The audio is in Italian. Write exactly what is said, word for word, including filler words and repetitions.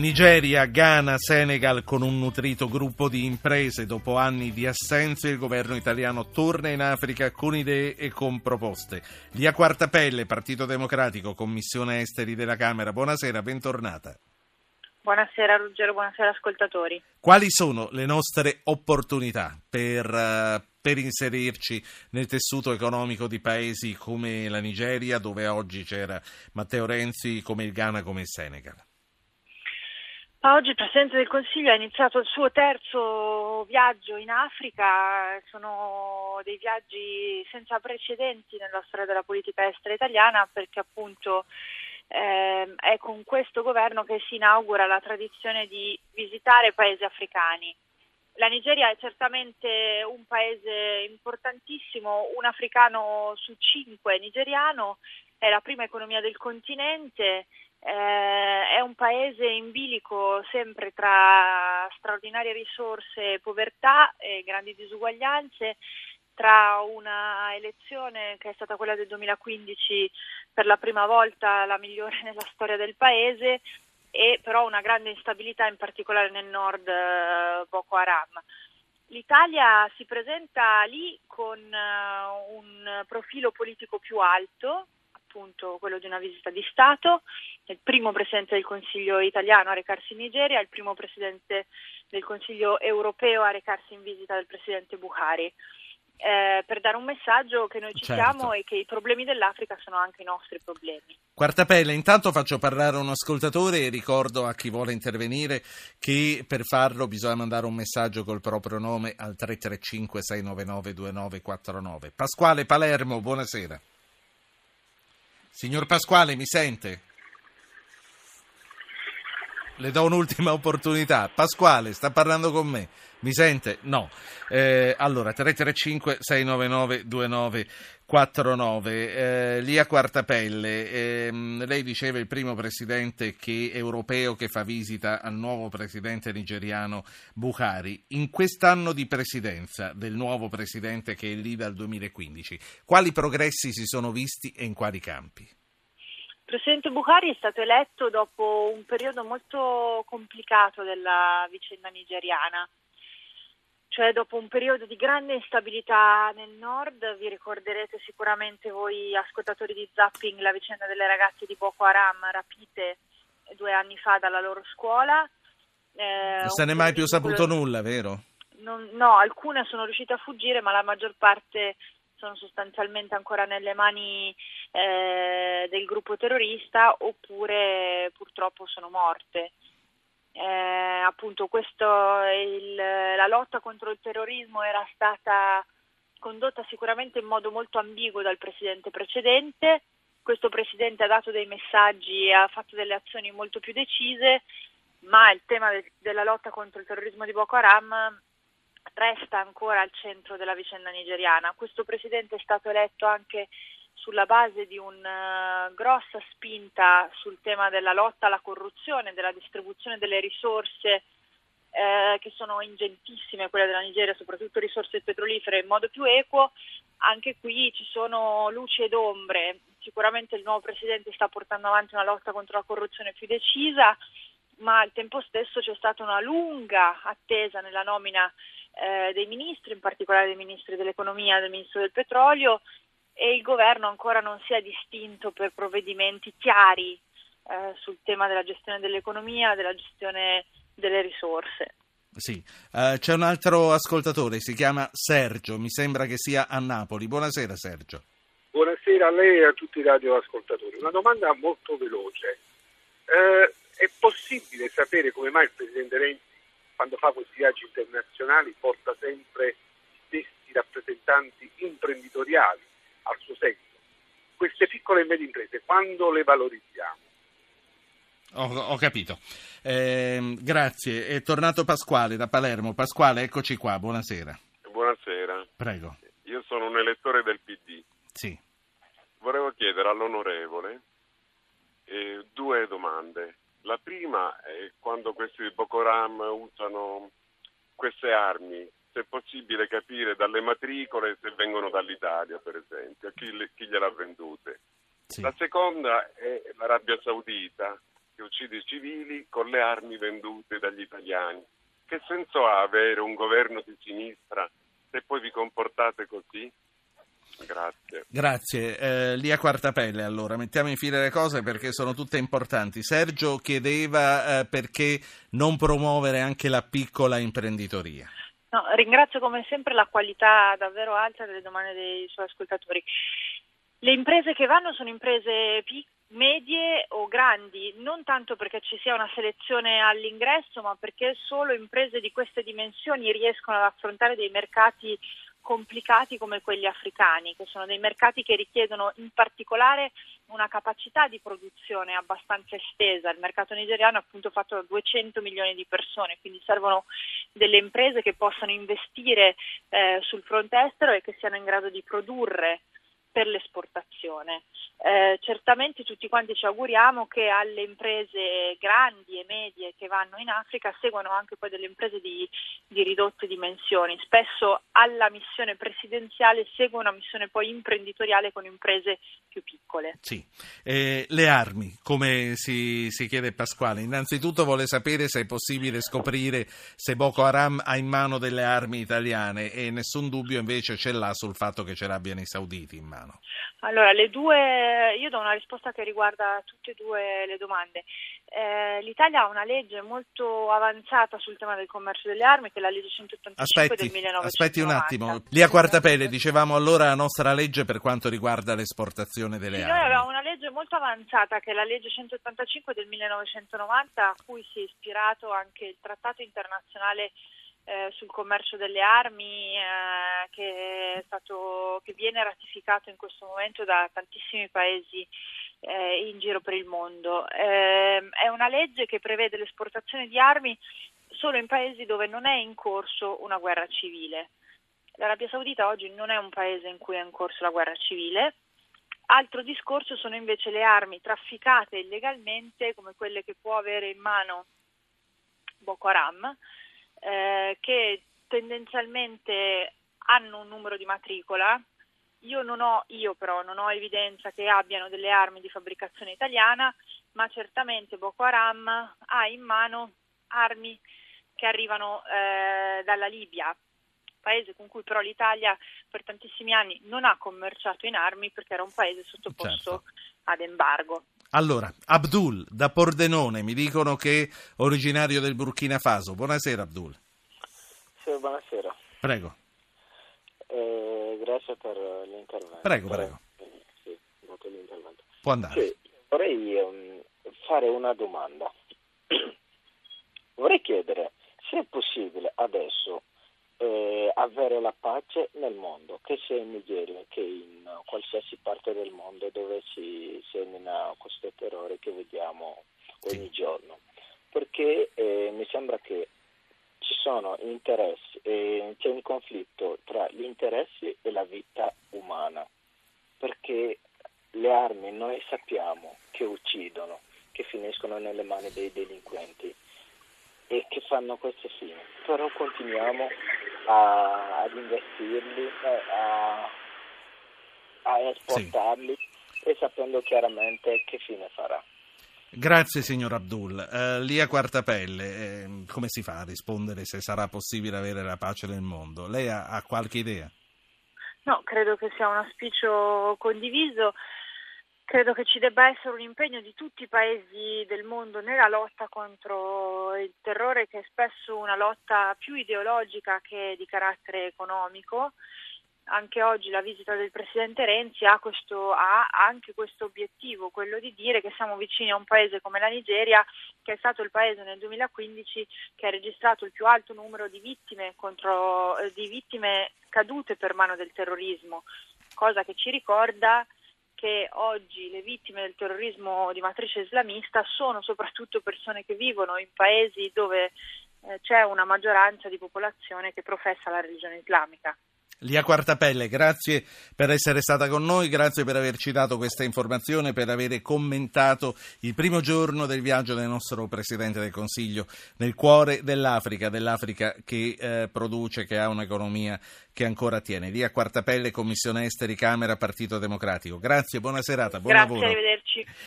Nigeria, Ghana, Senegal con un nutrito gruppo di imprese. Dopo anni di assenze il governo italiano torna in Africa con idee e con proposte. Lia Quartapelle, Partito Democratico, Commissione Esteri della Camera. Buonasera, bentornata. Buonasera Ruggero, buonasera ascoltatori. Quali sono le nostre opportunità per, uh, per inserirci nel tessuto economico di paesi come la Nigeria, dove oggi c'era Matteo Renzi, come il Ghana, come il Senegal? Oggi il Presidente del Consiglio ha iniziato il suo terzo viaggio in Africa. Sono dei viaggi senza precedenti nella storia della politica estera italiana, perché appunto eh, è con questo governo che si inaugura la tradizione di visitare paesi africani. La Nigeria è certamente un paese importantissimo, un africano su cinque è nigeriano, è la prima economia del continente. Eh, è un paese in bilico sempre tra straordinarie risorse e povertà e grandi disuguaglianze, tra una elezione che è stata quella del duemilaquindici per la prima volta la migliore nella storia del paese, e però una grande instabilità in particolare nel nord, eh, Boko Haram. L'Italia si presenta lì con uh, un profilo politico più alto, appunto quello di una visita di Stato. È il primo Presidente del Consiglio italiano a recarsi in Nigeria, è il primo Presidente del Consiglio europeo a recarsi in visita del Presidente Buhari, eh, per dare un messaggio che noi ci Certo. siamo e che i problemi dell'Africa sono anche i nostri problemi. Quartapelle, intanto faccio parlare un ascoltatore e ricordo a chi vuole intervenire che per farlo bisogna mandare un messaggio col proprio nome al tre tre cinque sei nove nove due nove quattro nove. Pasquale, Palermo, buonasera. Signor Pasquale, mi sente? Le do un'ultima opportunità. Pasquale, sta parlando con me. Mi sente? No. Eh, allora, tre tre cinque sei nove nove due nove quattro nove. Eh, Lia Quartapelle, ehm, lei diceva il primo presidente che, europeo che fa visita al nuovo presidente nigeriano Buhari. In quest'anno di presidenza del nuovo presidente che è lì dal duemilaquindici, quali progressi si sono visti e in quali campi? Il Presidente Buhari è stato eletto dopo un periodo molto complicato della vicenda nigeriana, cioè dopo un periodo di grande instabilità nel nord. Vi ricorderete sicuramente voi ascoltatori di Zapping la vicenda delle ragazze di Boko Haram rapite due anni fa dalla loro scuola. Eh, non se ne è mai più saputo quello... nulla, vero? Non, no, alcune sono riuscite a fuggire, ma la maggior parte sono sostanzialmente ancora nelle mani eh, del gruppo terrorista, oppure purtroppo sono morte. Eh, appunto questo il, la lotta contro il terrorismo era stata condotta sicuramente in modo molto ambiguo dal presidente precedente. Questo presidente ha dato dei messaggi e ha fatto delle azioni molto più decise, ma il tema de, della lotta contro il terrorismo di Boko Haram resta ancora al centro della vicenda nigeriana. Questo presidente è stato eletto anche sulla base di una uh, grossa spinta sul tema della lotta alla corruzione, della distribuzione delle risorse eh, che sono ingentissime, quelle della Nigeria, soprattutto risorse petrolifere, in modo più equo. Anche qui ci sono luci ed ombre. Sicuramente il nuovo presidente sta portando avanti una lotta contro la corruzione più decisa, ma al tempo stesso c'è stata una lunga attesa nella nomina eh, dei ministri, in particolare dei ministri dell'economia e del ministro del petrolio, e il governo ancora non si è distinto per provvedimenti chiari eh, sul tema della gestione dell'economia, della gestione delle risorse. Sì, uh, c'è un altro ascoltatore, si chiama Sergio, mi sembra che sia a Napoli. Buonasera Sergio. Buonasera a lei e a tutti i radioascoltatori. Una domanda molto veloce. Eh, è possibile sapere come mai il Presidente Renzi, quando fa questi viaggi internazionali, porta sempre gli stessi rappresentanti imprenditoriali al suo seguito? Queste piccole e medie imprese, quando le valorizziamo? Ho, ho capito. Eh, grazie. È tornato Pasquale da Palermo. Pasquale, eccoci qua. Buonasera. Buonasera. Prego. Io sono un elettore del P D. Sì. Volevo chiedere all'onorevole eh, due domande. La prima è: quando questi Boko Haram usano queste armi, se è possibile capire dalle matricole se vengono dall'Italia, per esempio, chi, le, chi gliel'ha vendute. Sì. La seconda è l'Arabia Saudita. che uccide i civili con le armi vendute dagli italiani. Che senso ha avere un governo di sinistra se poi vi comportate così? Grazie. Grazie. Eh, Lia Quartapelle, allora, mettiamo in fila le cose perché sono tutte importanti. Sergio chiedeva eh, perché non promuovere anche la piccola imprenditoria. No, ringrazio come sempre la qualità davvero alta delle domande dei suoi ascoltatori. Le imprese che vanno sono imprese piccole, medie o grandi, non tanto perché ci sia una selezione all'ingresso, ma perché solo imprese di queste dimensioni riescono ad affrontare dei mercati complicati come quelli africani, che sono dei mercati che richiedono in particolare una capacità di produzione abbastanza estesa. Il mercato nigeriano è appunto fatto da duecento milioni di persone, quindi servono delle imprese che possano investire eh, sul fronte estero e che siano in grado di produrre per l'esportazione. Eh, certamente tutti quanti ci auguriamo che alle imprese grandi e medie che vanno in Africa seguano anche poi delle imprese di, di ridotte dimensioni. Spesso alla missione presidenziale segue una missione poi imprenditoriale con imprese più piccole. Sì. Eh, le armi, come si, si chiede Pasquale, innanzitutto vuole sapere se è possibile scoprire se Boko Haram ha in mano delle armi italiane e nessun dubbio invece ce l'ha sul fatto che ce l'abbiano i sauditi in mano. Allora, le due, io do una risposta che riguarda tutte e due le domande. Eh, L'Italia ha una legge molto avanzata sul tema del commercio delle armi, che è la legge centottantacinque aspetti, del millenovecentonovanta. Aspetti un attimo, Lia Quartapelle, dicevamo allora la nostra legge per quanto riguarda l'esportazione delle sì, armi. Noi avevamo una legge molto avanzata che è la legge centottantacinque del millenovecentonovanta, a cui si è ispirato anche il trattato internazionale Eh, sul commercio delle armi eh, che è stato che viene ratificato in questo momento da tantissimi paesi eh, in giro per il mondo. Eh, è una legge che prevede l'esportazione di armi solo in paesi dove non è in corso una guerra civile. L'Arabia Saudita oggi non è un paese in cui è in corso la guerra civile. Altro discorso sono invece le armi trafficate illegalmente, come quelle che può avere in mano Boko Haram, Eh, che tendenzialmente hanno un numero di matricola. Io non ho, io però non ho evidenza che abbiano delle armi di fabbricazione italiana, ma certamente Boko Haram ha in mano armi che arrivano eh, dalla Libia, paese con cui però l'Italia per tantissimi anni non ha commerciato in armi perché era un paese sottoposto certo. ad embargo. Allora, Abdul da Pordenone, mi dicono che è originario del Burkina Faso. Buonasera Abdul. Sì, buonasera. Prego. Eh, grazie per l'intervento. Prego, prego. Eh, sì, dato l'intervento. Può andare. Sì, vorrei um, fare una domanda. Vorrei chiedere se è possibile adesso eh, avere la pace nel mondo, che sia in Nigeria, che in qualsiasi parte del mondo dove si semina questo terrore che vediamo ogni sì. giorno, perché eh, mi sembra che ci sono interessi, eh, c'è un conflitto tra gli interessi e la vita umana, perché le armi noi sappiamo che uccidono, che finiscono nelle mani dei delinquenti e che fanno queste fine, però continuiamo a, ad investirli, a, a esportarli sì. e sapendo chiaramente che fine farà. Grazie signor Abdul. Uh, Lia Quartapelle, eh, come si fa a rispondere se sarà possibile avere la pace nel mondo? Lei ha, ha qualche idea? No, credo che sia un auspicio condiviso. Credo che ci debba essere un impegno di tutti i paesi del mondo nella lotta contro il terrore, che è spesso una lotta più ideologica che di carattere economico. Anche oggi la visita del Presidente Renzi ha, questo, ha anche questo obiettivo, quello di dire che siamo vicini a un paese come la Nigeria, che è stato il paese nel duemilaquindici che ha registrato il più alto numero di vittime, contro, eh, di vittime cadute per mano del terrorismo, cosa che ci ricorda che oggi le vittime del terrorismo di matrice islamista sono soprattutto persone che vivono in paesi dove eh, c'è una maggioranza di popolazione che professa la religione islamica. Lia Quartapelle, grazie per essere stata con noi, grazie per averci dato questa informazione, per aver commentato il primo giorno del viaggio del nostro Presidente del Consiglio nel cuore dell'Africa, dell'Africa che eh, produce, che ha un'economia che ancora tiene. Lia Quartapelle, Commissione Esteri, Camera, Partito Democratico. Grazie, buona serata, buon grazie, lavoro. Arrivederci.